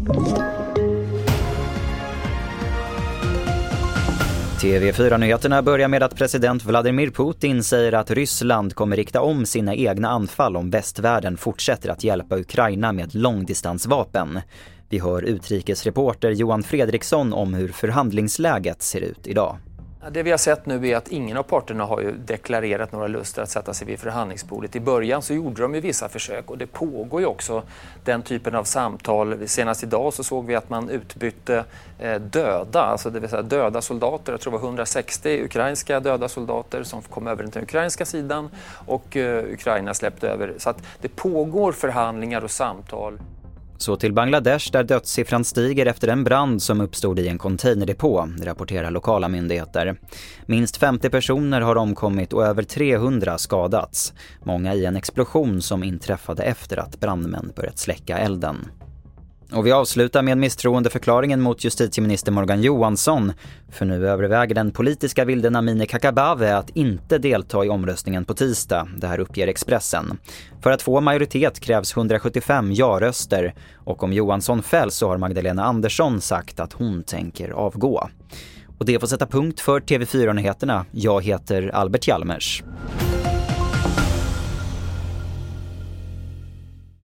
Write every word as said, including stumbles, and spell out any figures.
T V fyra-nyheterna börjar med att president Vladimir Putin säger att Ryssland kommer rikta om sina egna anfall om västvärlden fortsätter att hjälpa Ukraina med långdistansvapen. Vi hör utrikesreporter Johan Fredriksson om hur förhandlingsläget ser ut idag. Det vi har sett nu är att ingen av parterna har ju deklarerat några luster att sätta sig vid förhandlingsbordet. I början så gjorde de ju vissa försök och det pågår ju också den typen av samtal. Senast idag så såg vi att man utbytte döda, alltså det vill säga döda soldater. Jag tror det var hundrasextio ukrainska döda soldater som kom över till den ukrainska sidan och Ukraina släppte över. Så att det pågår förhandlingar och samtal. Så till Bangladesh där dödssiffran stiger efter en brand som uppstod i en containerdepå, rapporterar lokala myndigheter. Minst femtio personer har omkommit och över trehundra skadats. Många i en explosion som inträffade efter att brandmän börjat släcka elden. Och vi avslutar med misstroendeförklaringen mot justitieminister Morgan Johansson. För nu överväger den politiska vilden Amineh Kakabaveh att inte delta i omröstningen på tisdag. Det här uppger Expressen. För att få majoritet krävs hundrasjuttiofem ja-röster. Och om Johansson fälls så har Magdalena Andersson sagt att hon tänker avgå. Och det får sätta punkt för T V fyra-nyheterna. Jag heter Albert Hjalmers.